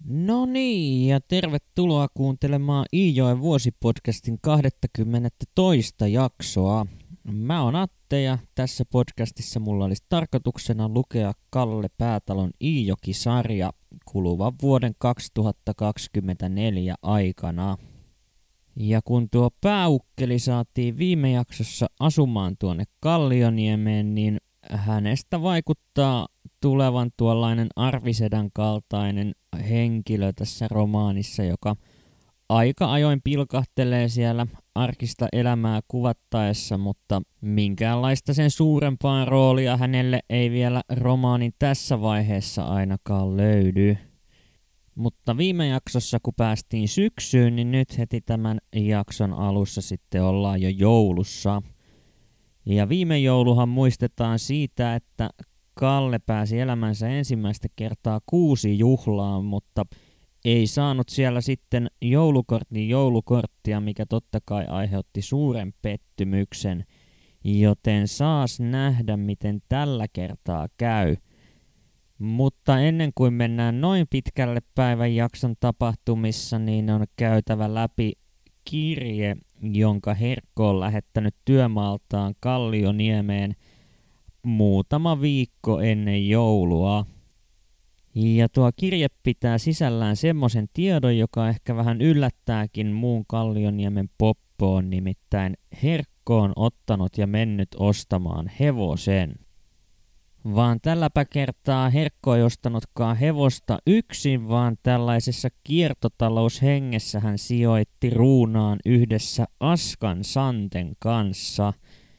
No niin, ja tervetuloa kuuntelemaan Iijoen vuosipodcastin 22. jaksoa. Mä oon Atte ja tässä podcastissa mulla olisi tarkoituksena lukea Kalle Päätalon Iijoki-sarja kuluvan vuoden 2024 aikana. Ja kun tuo pääukkeli saatiin viime jaksossa asumaan tuonne Kallioniemeen, niin hänestä vaikuttaa tulevan tuollainen Arvisedän kaltainen henkilö tässä romaanissa, joka aika ajoin pilkahtelee siellä arkista elämää kuvattaessa, mutta minkäänlaista sen suurempaa roolia hänelle ei vielä romaanin tässä vaiheessa ainakaan löydy. Mutta viime jaksossa, kun päästiin syksyyn, niin nyt heti tämän jakson alussa sitten ollaan jo joulussa. Ja viime jouluhan muistetaan siitä, että Kalle pääsi elämänsä ensimmäistä kertaa Kuusijuhlaan, mutta ei saanut siellä sitten joulukorttia, mikä totta kai aiheutti suuren pettymyksen, joten saas nähdä, miten tällä kertaa käy. Mutta ennen kuin mennään noin pitkälle päivän jakson tapahtumissa, niin on käytävä läpi kirje, jonka Herkko on lähettänyt työmaaltaan Kallioniemeen muutama viikko ennen joulua. Ja tuo kirje pitää sisällään semmoisen tiedon, joka ehkä vähän yllättääkin muun Kallioniemen poppoon, nimittäin Herkko on ottanut ja mennyt ostamaan hevosen. Vaan tälläpä kertaa Herkko ei ostanutkaan hevosta yksin, vaan tällaisessa kiertotaloushengessä hän sijoitti Ruunaan yhdessä Askan Santen kanssa.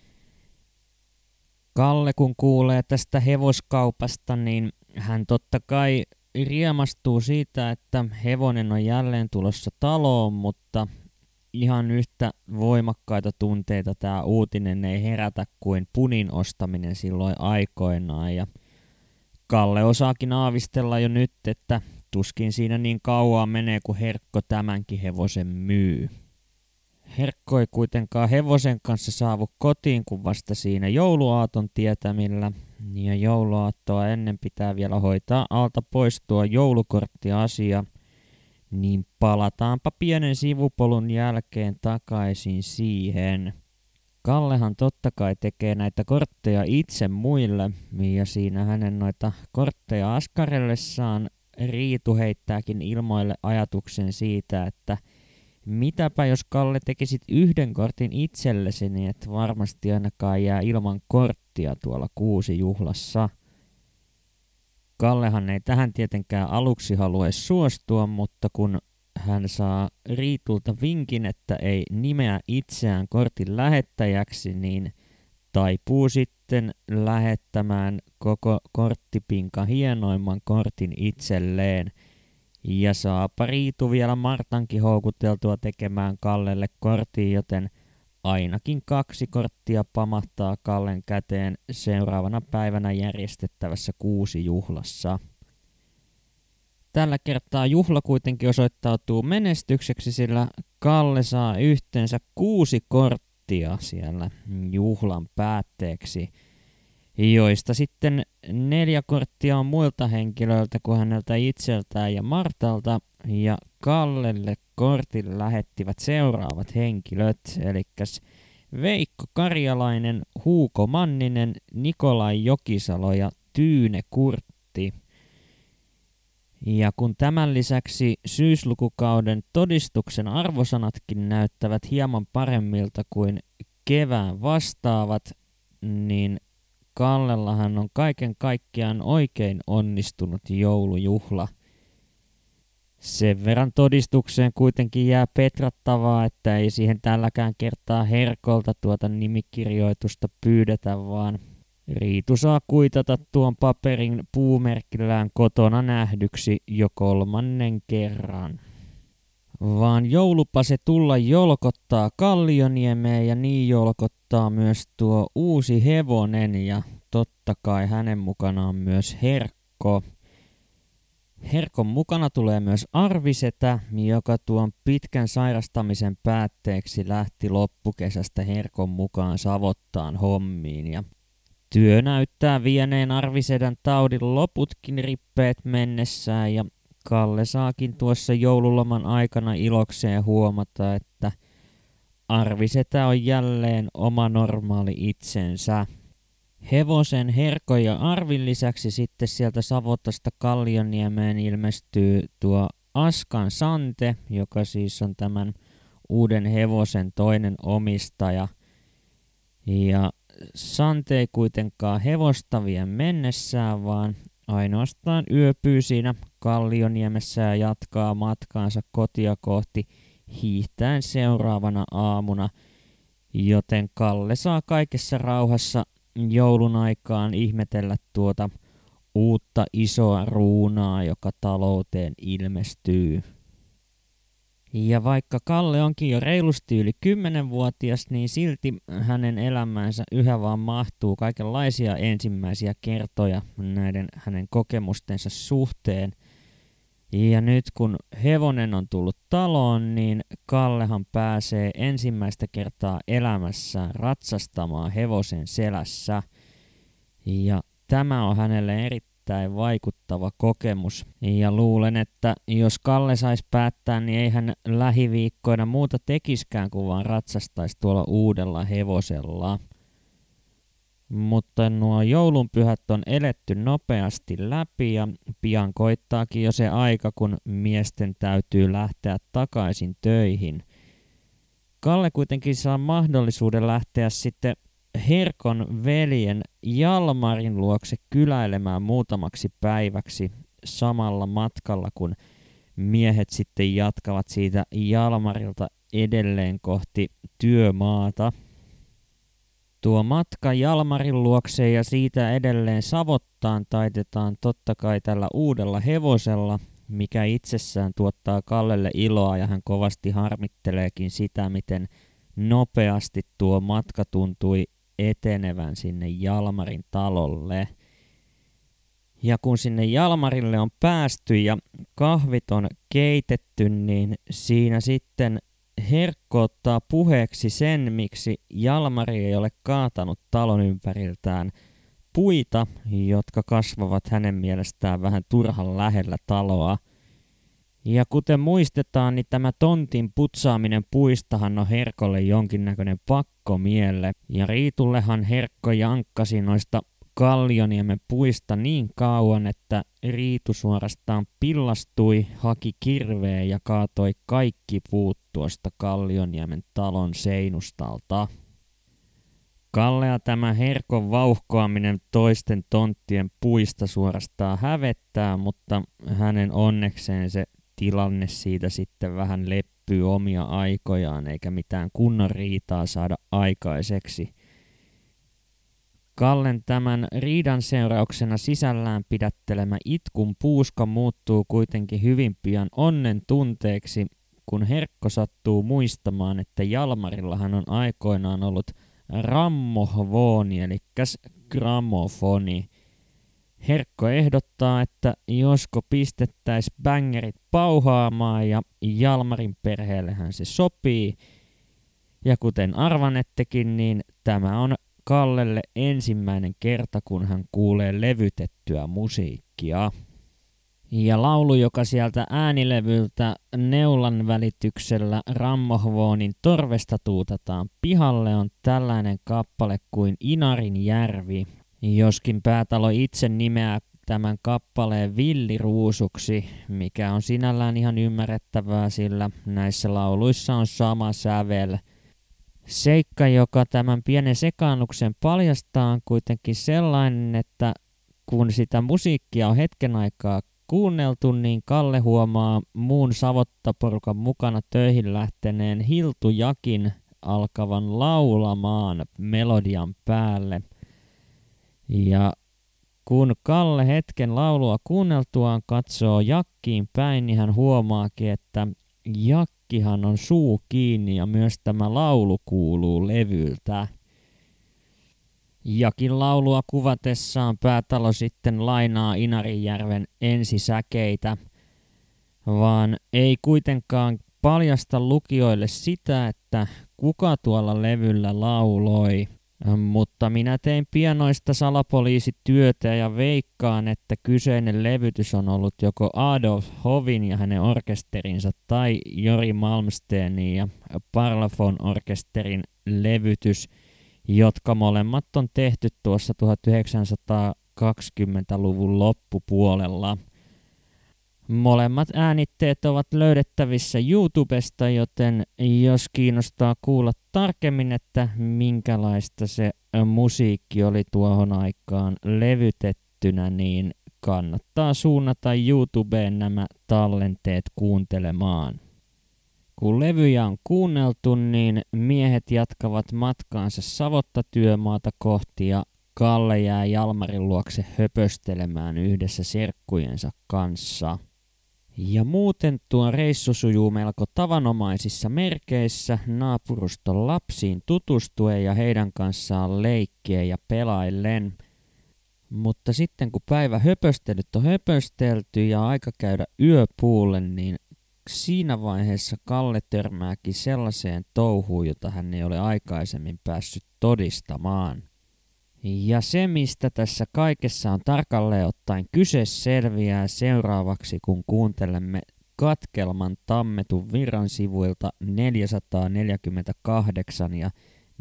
Kalle kun kuulee tästä hevoskaupasta, niin hän totta kai riemastuu siitä, että hevonen on jälleen tulossa taloon, mutta ihan yhtä voimakkaita tunteita tämä uutinen ei herätä kuin punin ostaminen silloin aikoinaan. Ja Kalle osaakin aavistella jo nyt, että tuskin siinä niin kauan menee, kun Herkko tämänkin hevosen myy. Herkko ei kuitenkaan hevosen kanssa saavu kotiin, kun vasta siinä jouluaaton tietämillä. Ja jouluaattoa ennen pitää vielä hoitaa alta pois tuo joulukorttiasia. Niin palataanpa pienen sivupolun jälkeen takaisin siihen. Kallehan totta kai tekee näitä kortteja itse muille, ja siinä hänen noita kortteja askarellessaan Riitu heittääkin ilmoille ajatuksen siitä, että mitäpä jos Kalle tekisit yhden kortin itsellesi, niin et varmasti ainakaan jää ilman korttia tuolla Kuusijuhlassa. Kallehan ei tähän tietenkään aluksi halua suostua, mutta kun hän saa Riitulta vinkin, että ei nimeä itseään kortin lähettäjäksi, niin taipuu sitten lähettämään koko korttipinka hienoimman kortin itselleen. Ja saapa Riitu vielä Martankin houkuteltua tekemään Kallelle kortin, joten ainakin 2 korttia pamahtaa Kallen käteen seuraavana päivänä järjestettävässä Kuusijuhlassa. Tällä kertaa juhla kuitenkin osoittautuu menestykseksi, sillä Kalle saa yhteensä 6 korttia siellä juhlan päätteeksi, joista sitten 4 korttia on muilta henkilöiltä kuin häneltä itseltään ja Martalta, ja Kallelle kortin lähettivät seuraavat henkilöt, eli Veikko Karjalainen, Huuko Manninen, Nikolai Jokisalo ja Tyyne Kurtti. Ja kun tämän lisäksi syyslukukauden todistuksen arvosanatkin näyttävät hieman paremmilta kuin kevään vastaavat, niin Kallellahan on kaiken kaikkiaan oikein onnistunut joulujuhla. Sen verran todistukseen kuitenkin jää petrattavaa, että ei siihen tälläkään kertaa Herkolta tuota nimikirjoitusta pyydetä, vaan Riitu saa kuitata tuon paperin puumerkillään kotona nähdyksi jo 3. kerran. Vaan joulupa se tulla jolkottaa Kallioniemeen ja niin jolkottaa myös tuo uusi hevonen ja totta kai hänen mukanaan myös Herkko. Herkon mukana tulee myös Arvisetä, joka tuon pitkän sairastamisen päätteeksi lähti loppukesästä Herkon mukaan Savottaan hommiin. Ja työ näyttää vieneen Arvisedän taudin loputkin rippeet mennessään ja Kalle saakin tuossa joululoman aikana ilokseen huomata, että Arvisetä on jälleen oma normaali itsensä. Hevosen, Herkon ja Arvin lisäksi sitten sieltä Savotasta Kallioniemeen ilmestyy tuo Askan Sante, joka siis on tämän uuden hevosen toinen omistaja. Ja Sante ei kuitenkaan hevosta vie mennessään, vaan ainoastaan yöpyy siinä Kallioniemessä ja jatkaa matkaansa kotia kohti hiihtäen seuraavana aamuna, joten Kalle saa kaikessa rauhassa joulun aikaan ihmetellä tuota uutta isoa ruunaa, joka talouteen ilmestyy. Ja vaikka Kalle onkin jo reilusti yli 10-vuotias, niin silti hänen elämäänsä yhä vaan mahtuu kaikenlaisia ensimmäisiä kertoja näiden hänen kokemustensa suhteen. Ja nyt kun hevonen on tullut taloon, niin Kallehan pääsee ensimmäistä kertaa elämässään ratsastamaan hevosen selässä. Ja tämä on hänelle erittäin vaikuttava kokemus. Ja luulen, että jos Kalle saisi päättää, niin ei hän lähiviikkoina muuta tekiskään kuin vaan ratsastaisi tuolla uudella hevosella. Mutta nuo joulunpyhät on eletty nopeasti läpi ja pian koittaakin jo se aika, kun miesten täytyy lähteä takaisin töihin. Kalle kuitenkin saa mahdollisuuden lähteä sitten Herkon veljen Jalmarin luokse kyläilemään muutamaksi päiväksi samalla matkalla, kun miehet sitten jatkavat siitä Jalmarilta edelleen kohti työmaata. Tuo matka Jalmarin luokse ja siitä edelleen Savottaan taitetaan totta kai tällä uudella hevosella, mikä itsessään tuottaa Kallelle iloa ja hän kovasti harmitteleekin sitä, miten nopeasti tuo matka tuntui etenevän sinne Jalmarin talolle. Ja kun sinne Jalmarille on päästy ja kahvit on keitetty, niin siinä sitten Herkko ottaa puheeksi sen, miksi Jalmari ei ole kaatanut talon ympäriltään puita, jotka kasvavat hänen mielestään vähän turhan lähellä taloa. Ja kuten muistetaan, niin tämä tontin putsaaminen puistahan on Herkolle jonkinnäköinen pakkomielle. Ja Riitullehan Herkko jankkasi noista Kallioniemen puista niin kauan, että Riitu suorastaan pillastui, haki kirveen ja kaatoi kaikki puut tuosta Kallioniemen talon seinustalta. Kallea tämä Herkon vauhkoaminen toisten tonttien puista suorastaan hävettää, mutta hänen onnekseen se tilanne siitä sitten vähän leppyy omia aikojaan eikä mitään kunnon riitaa saada aikaiseksi. Kallen tämän riidan seurauksena sisällään pidättelemä itkun puuska muuttuu kuitenkin hyvin pian onnen tunteeksi, kun Herkko sattuu muistamaan, että Jalmarillahan on aikoinaan ollut rammohvooni eli gramofoni. Herkko ehdottaa, että josko pistettäisiin bängerit pauhaamaan ja Jalmarin perheellehän se sopii. Ja kuten arvanettekin, niin tämä on Kallelle ensimmäinen kerta, kun hän kuulee levytettyä musiikkia. Ja laulu, joka sieltä äänilevyltä neulan välityksellä rammohvoonin torvesta tuutataan pihalle, on tällainen kappale kuin Inarin järvi. Joskin Päätalo itse nimeää tämän kappaleen villiruusuksi, mikä on sinällään ihan ymmärrettävää, sillä näissä lauluissa on sama sävel. Seikka, joka tämän pienen sekaannuksen paljastaa, on kuitenkin sellainen, että kun sitä musiikkia on hetken aikaa kuunneltu, niin Kalle huomaa muun Savotta-porukan mukana töihin lähteneen Hiltu Jakin alkavan laulamaan melodian päälle. Ja kun Kalle hetken laulua kuunneltuaan katsoo Jakkiin päin, niin hän huomaakin, että Jakkihan on suu kiinni ja myös tämä laulu kuuluu levyltä. Jakin laulua kuvatessaan Päätalo sitten lainaa Inarijärven ensisäkeitä, vaan ei kuitenkaan paljasta lukijoille sitä, että kuka tuolla levyllä lauloi. Mutta minä tein pianoista salapoliisityötä ja veikkaan, että kyseinen levytys on ollut joko Adolf Hovin ja hänen orkesterinsa tai Jori Malmsteenin ja Parlophone-orkesterin levytys, jotka molemmat on tehty tuossa 1920-luvun loppupuolella. Molemmat äänitteet ovat löydettävissä YouTubesta, joten jos kiinnostaa kuulla tarkemmin, että minkälaista se musiikki oli tuohon aikaan levytettynä, niin kannattaa suunnata YouTubeen nämä tallenteet kuuntelemaan. Kun levyjä on kuunneltu, niin miehet jatkavat matkaansa savotta työmaata kohti ja Kalle jää Jalmarin luokse höpöstelemään yhdessä serkkujensa kanssa. Ja muuten tuo reissu sujuu melko tavanomaisissa merkeissä naapuruston lapsiin tutustuen ja heidän kanssaan leikkien ja pelaillen. Mutta sitten kun päivä höpöstelyt on höpöstelty ja aika käydä yöpuulle, niin siinä vaiheessa Kalle törmääkin sellaiseen touhuun, jota hän ei ole aikaisemmin päässyt todistamaan. Ja se, mistä tässä kaikessa on tarkalleen ottaen kyse, selviää seuraavaksi, kun kuuntelemme katkelman Tammetun Virran sivuilta 448 ja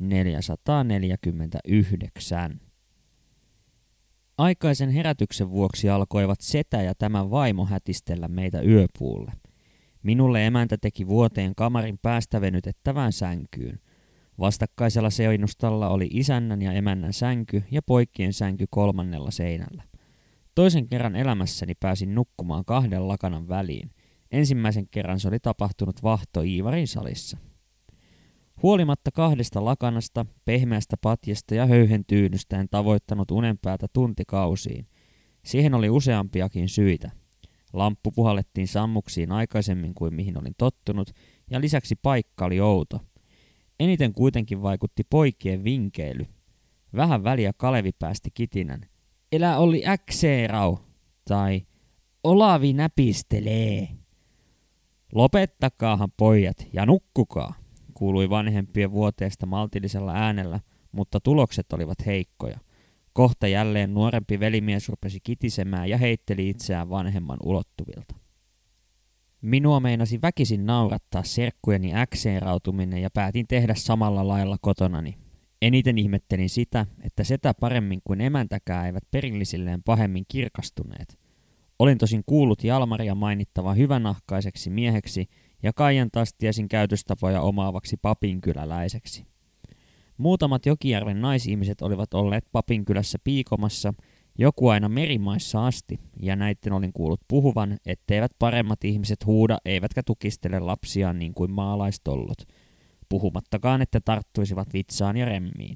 449. Aikaisen herätyksen vuoksi alkoivat setä ja tämä vaimo hätistellä meitä yöpuulle. Minulle emäntä teki vuoteen kamarin päästä venytettävään sänkyyn. Vastakkaisella seinustalla oli isännän ja emännän sänky ja poikien sänky kolmannella seinällä. Toisen kerran elämässäni pääsin nukkumaan 2 lakanan väliin. Ensimmäisen kerran se oli tapahtunut Vahto Iivarin salissa. Huolimatta 2 lakanasta, pehmeästä patjasta ja höyhentyynystä en tavoittanut unenpäätä tuntikausiin. Siihen oli useampiakin syitä. Lamppu puhallettiin sammuksiin aikaisemmin kuin mihin olin tottunut, ja lisäksi paikka oli outo. Eniten kuitenkin vaikutti poikien vinkeily. Vähän väliä Kalevi päästi kitinän. Elä oli äkseerau, tai Olavi näpistelee. Lopettakaahan pojat ja nukkukaa, kuului vanhempien vuoteesta maltillisella äänellä, mutta tulokset olivat heikkoja. Kohta jälleen nuorempi velimies rupesi kitisemään ja heitteli itseään vanhemman ulottuvilta. Minua meinasi väkisin naurattaa serkkujeni äkseerautuminen ja päätin tehdä samalla lailla kotonani. Eniten ihmettelin sitä, että setä paremmin kuin emäntäkään eivät perillisilleen pahemmin kirkastuneet. Olin tosin kuullut Jalmaria mainittavan hyvänahkaiseksi mieheksi ja Kaijan taas tiesin käytöstapoja omaavaksi papinkyläläiseksi. Muutamat Jokijärven naisihmiset olivat olleet Papinkylässä piikomassa, joku aina Merimaissa asti, ja näitten olin kuullut puhuvan, etteivät paremmat ihmiset huuda eivätkä tukistele lapsiaan niin kuin maalaistollut, puhumattakaan, että tarttuisivat vitsaan ja remmiin.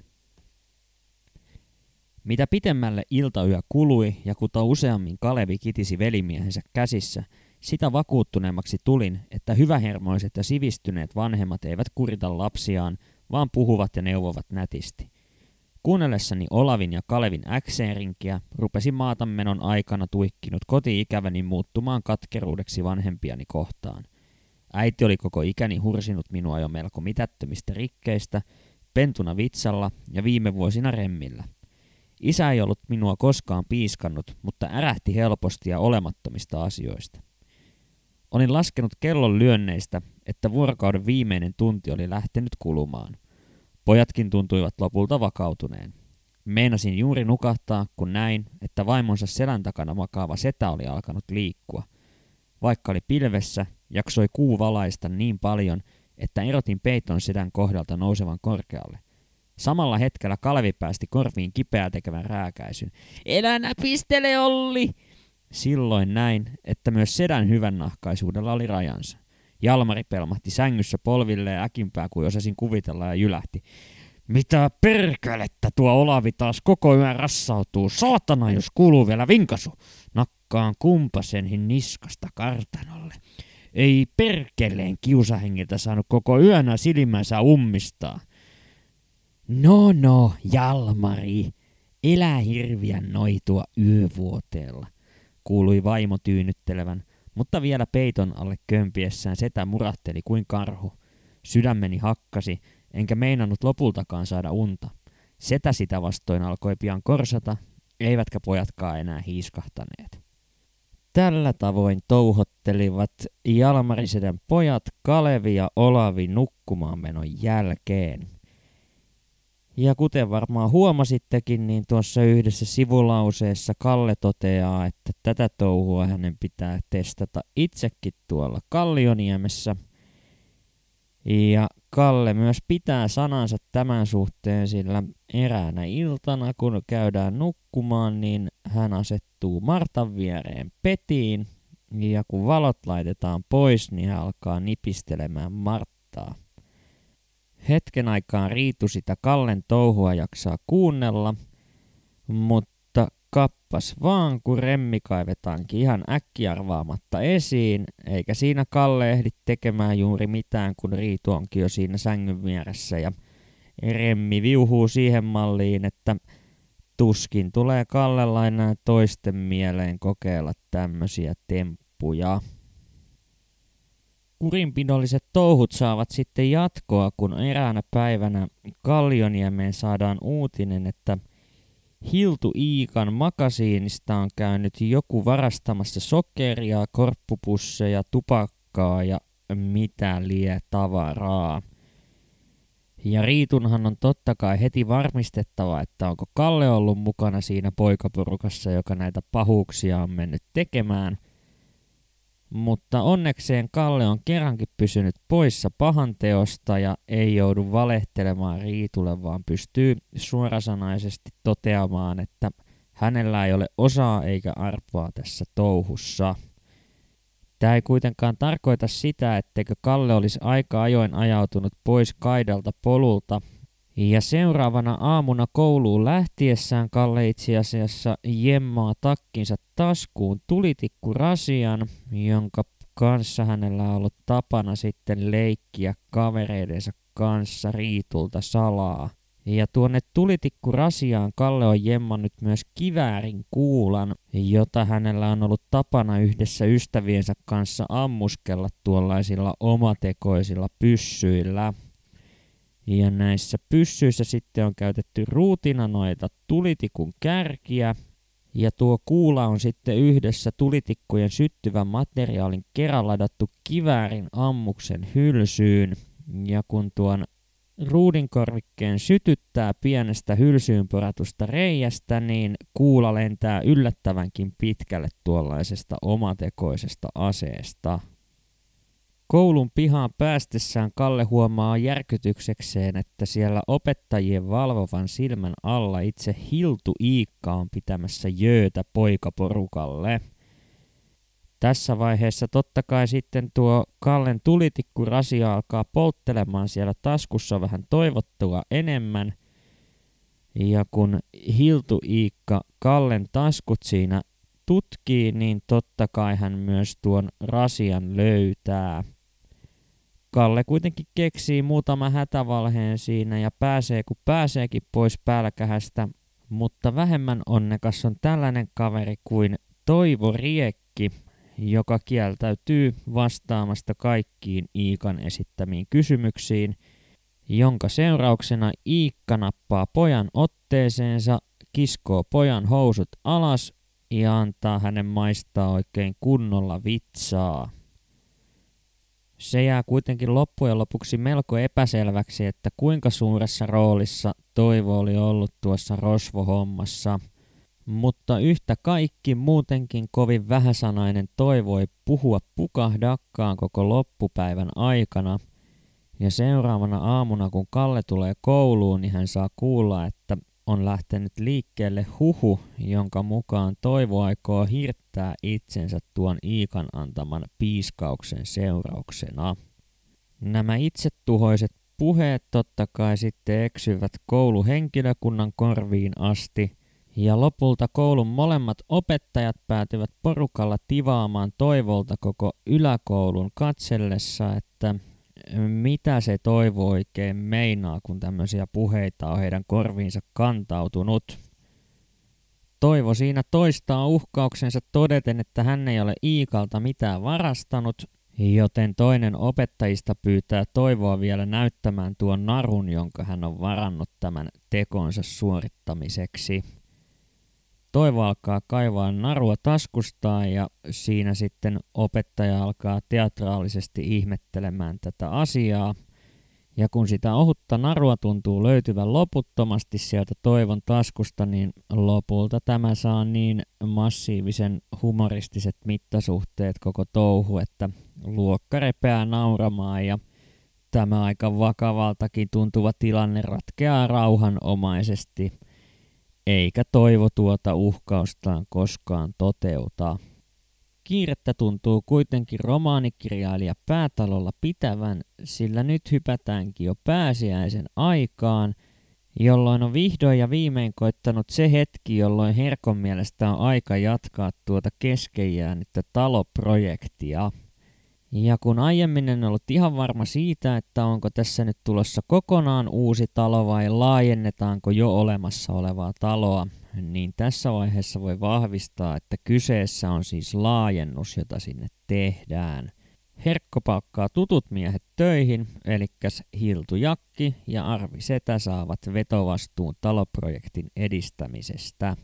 Mitä pitemmälle iltayö kului ja kuta useammin Kalevi kitisi velimiehensä käsissä, sitä vakuuttuneemmaksi tulin, että hyvähermoiset ja sivistyneet vanhemmat eivät kurita lapsiaan, vaan puhuvat ja neuvovat nätisti. Kuunnellessani Olavin ja Kalevin äkseenrinkiä rupesi maatanmenon aikana tuikkinut koti-ikäväni muuttumaan katkeruudeksi vanhempiani kohtaan. Äiti oli koko ikäni hursinut minua jo melko mitättömistä rikkeistä, pentuna vitsalla ja viime vuosina remmillä. Isä ei ollut minua koskaan piiskannut, mutta ärähti helposti ja olemattomista asioista. Olin laskenut kellon lyönneistä, että vuorokauden viimeinen tunti oli lähtenyt kulumaan. Pojatkin tuntuivat lopulta vakautuneen. Meinasin juuri nukahtaa, kun näin, että vaimonsa selän takana makaava setä oli alkanut liikkua. Vaikka oli pilvessä, jaksoi kuu valaista niin paljon, että erotin peiton sedän kohdalta nousevan korkealle. Samalla hetkellä Kalevi päästi korviin kipeää tekevän rääkäisyn. Elä näpistele, Olli! Silloin näin, että myös sedän hyvännahkaisuudella oli rajansa. Jalmari pelmahti sängyssä polvilleen äkimpää kuin osasin kuvitella ja jylähti. Mitä perkelettä tuo Olavi taas koko yön rassautuu. Saatana, jos kuuluu vielä vinkasu. Nakkaan kumpasenhin niskasta kartanolle. Ei perkeleen kiusahengiltä saanut koko yönä silmänsä ummistaa. No, Jalmari, elää hirviän noitua yövuoteella, kuului vaimo tyynnyttelevän, mutta vielä peiton alle kömpiessään setä murahteli kuin karhu. Sydämeni hakkasi, enkä meinannut lopultakaan saada unta. Setä sitä vastoin alkoi pian korsata, eivätkä pojatkaan enää hiiskahtaneet. Tällä tavoin touhottelivat Jalmarisedän pojat Kalevi ja Olavi nukkumaan menon jälkeen. Ja kuten varmaan huomasittekin, niin tuossa yhdessä sivulauseessa Kalle toteaa, että tätä touhua hänen pitää testata itsekin tuolla Kallioniemessä. Ja Kalle myös pitää sanansa tämän suhteen, sillä eräänä iltana, kun käydään nukkumaan, niin hän asettuu Martan viereen petiin. Ja kun valot laitetaan pois, niin hän alkaa nipistelemään Marttaa. Hetken aikaan Riitu sitä Kallen touhua jaksaa kuunnella, mutta kappas vaan, kun remmi kaivetaankin ihan äkkiarvaamatta esiin, eikä siinä Kalle ehdi tekemään juuri mitään, kun Riitu onkin jo siinä sängyn vieressä ja remmi viuhuu siihen malliin, että tuskin tulee Kallella enää toisten mieleen kokeilla tämmöisiä temppuja. Kurinpidolliset touhut saavat sitten jatkoa, kun eräänä päivänä Kallioniemeen saadaan uutinen, että Hiltu Iikan makasiinista on käynyt joku varastamassa sokeria, korppupusseja, tupakkaa ja mitä lie tavaraa. Ja Riitunhan on totta kai heti varmistettava, että onko Kalle ollut mukana siinä poikaporukassa, joka näitä pahuuksia on mennyt tekemään. Mutta onnekseen Kalle on kerrankin pysynyt poissa pahanteosta ja ei joudu valehtelemaan Riitulle, vaan pystyy suorasanaisesti toteamaan, että hänellä ei ole osaa eikä arvoa tässä touhussa. Tämä ei kuitenkaan tarkoita sitä, etteikö Kalle olisi aika ajoin ajautunut pois kaidalta polulta. Ja seuraavana aamuna kouluun lähtiessään Kalle itse asiassa jemmaa takkinsa taskuun tulitikkurasian, jonka kanssa hänellä on ollut tapana sitten leikkiä kavereidensa kanssa Riitulta salaa. Ja tuonne tulitikkurasiaan Kalle on jemmannut myös kiväärin kuulan, jota hänellä on ollut tapana yhdessä ystäviensä kanssa ammuskella tuollaisilla omatekoisilla pyssyillä. Ja näissä pyssyissä sitten on käytetty ruutina noita tulitikun kärkiä. Ja tuo kuula on sitten yhdessä tulitikkujen syttyvän materiaalin kerran ladattu kiväärin ammuksen hylsyyn. Ja kun tuon ruudinkorvikkeen sytyttää pienestä hylsyyn poratusta reiästä, niin kuula lentää yllättävänkin pitkälle tuollaisesta omatekoisesta aseesta. Koulun pihaan päästessään Kalle huomaa järkytyksekseen, että siellä opettajien valvovan silmän alla itse Hiltu Iikka on pitämässä jöötä poikaporukalle. Tässä vaiheessa totta kai sitten tuo Kallen tulitikkurasia alkaa polttelemaan siellä taskussa vähän toivottua enemmän. Ja kun Hiltu Iikka Kallen taskut siinä tutkii, niin totta kai hän myös tuon rasian löytää. Kalle kuitenkin keksii muutama hätävalheen siinä ja pääsee kun pääseekin pois pälkähästä, mutta vähemmän onnekas on tällainen kaveri kuin Toivo Riekki, joka kieltäytyy vastaamasta kaikkiin Iikan esittämiin kysymyksiin, jonka seurauksena Iikka nappaa pojan otteeseensa, kiskoo pojan housut alas ja antaa hänen maistaa oikein kunnolla vitsaa. Se jää kuitenkin loppujen lopuksi melko epäselväksi, että kuinka suuressa roolissa Toivo oli ollut tuossa rosvohommassa, mutta yhtä kaikki muutenkin kovin vähäsanainen Toivo ei puhua pukahdakkaan koko loppupäivän aikana, ja seuraavana aamuna kun Kalle tulee kouluun, niin hän saa kuulla, että on lähtenyt liikkeelle huhu, jonka mukaan Toivo aikoo hirttää itsensä tuon Iikan antaman piiskauksen seurauksena. Nämä itsetuhoiset puheet totta kai sitten eksyvät kouluhenkilökunnan korviin asti, ja lopulta koulun molemmat opettajat päätyvät porukalla tivaamaan Toivolta koko yläkoulun katsellessa, että mitä se Toivo oikein meinaa, kun tämmöisiä puheita on heidän korviinsa kantautunut. Toivo siinä toistaa uhkauksensa todeten, että hän ei ole Iikalta mitään varastanut, joten toinen opettajista pyytää Toivoa vielä näyttämään tuon narun, jonka hän on varannut tämän tekonsa suorittamiseksi. Toivo alkaa kaivaa narua taskustaan ja siinä sitten opettaja alkaa teatraalisesti ihmettelemään tätä asiaa. Ja kun sitä ohutta narua tuntuu löytyvän loputtomasti sieltä Toivon taskusta, niin lopulta tämä saa niin massiivisen humoristiset mittasuhteet koko touhu, että luokka repeää nauramaan ja tämä aika vakavaltakin tuntuva tilanne ratkeaa rauhanomaisesti, eikä Toivo tuota uhkaustaan koskaan toteuta. Kiirettä tuntuu kuitenkin romaanikirjailija Päätalolla pitävän, sillä nyt hypätäänkin jo pääsiäisen aikaan, jolloin on vihdoin ja viimein koittanut se hetki, jolloin Herkon mielestä on aika jatkaa tuota kesken jäänyttä taloprojektia. Ja kun aiemmin en ollut ihan varma siitä, että onko tässä nyt tulossa kokonaan uusi talo vai laajennetaanko jo olemassa olevaa taloa, niin tässä vaiheessa voi vahvistaa, että kyseessä on siis laajennus, jota sinne tehdään. Herkko palkkaa tutut miehet töihin, eli Hiltu Jakki ja Arvi Setä saavat vetovastuun taloprojektin edistämisestä.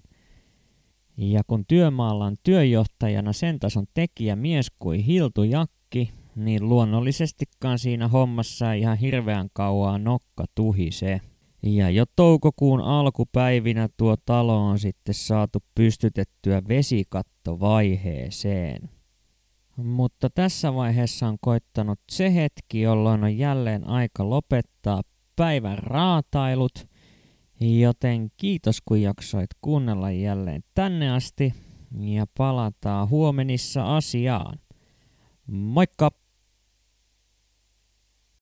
Ja kun työmaalla on työnjohtajana sen tason tekijä mies kuin Hiltu Jakki, niin luonnollisestikaan siinä hommassa ei ihan hirveän kauaa nokka tuhisee. Ja jo toukokuun alkupäivinä tuo talo on sitten saatu pystytettyä vesikattovaiheeseen. Mutta tässä vaiheessa on koittanut se hetki, jolloin on jälleen aika lopettaa päivän raatailut, joten kiitos kun jaksoit kuunnella jälleen tänne asti ja palataan huomenissa asiaan. Moikka!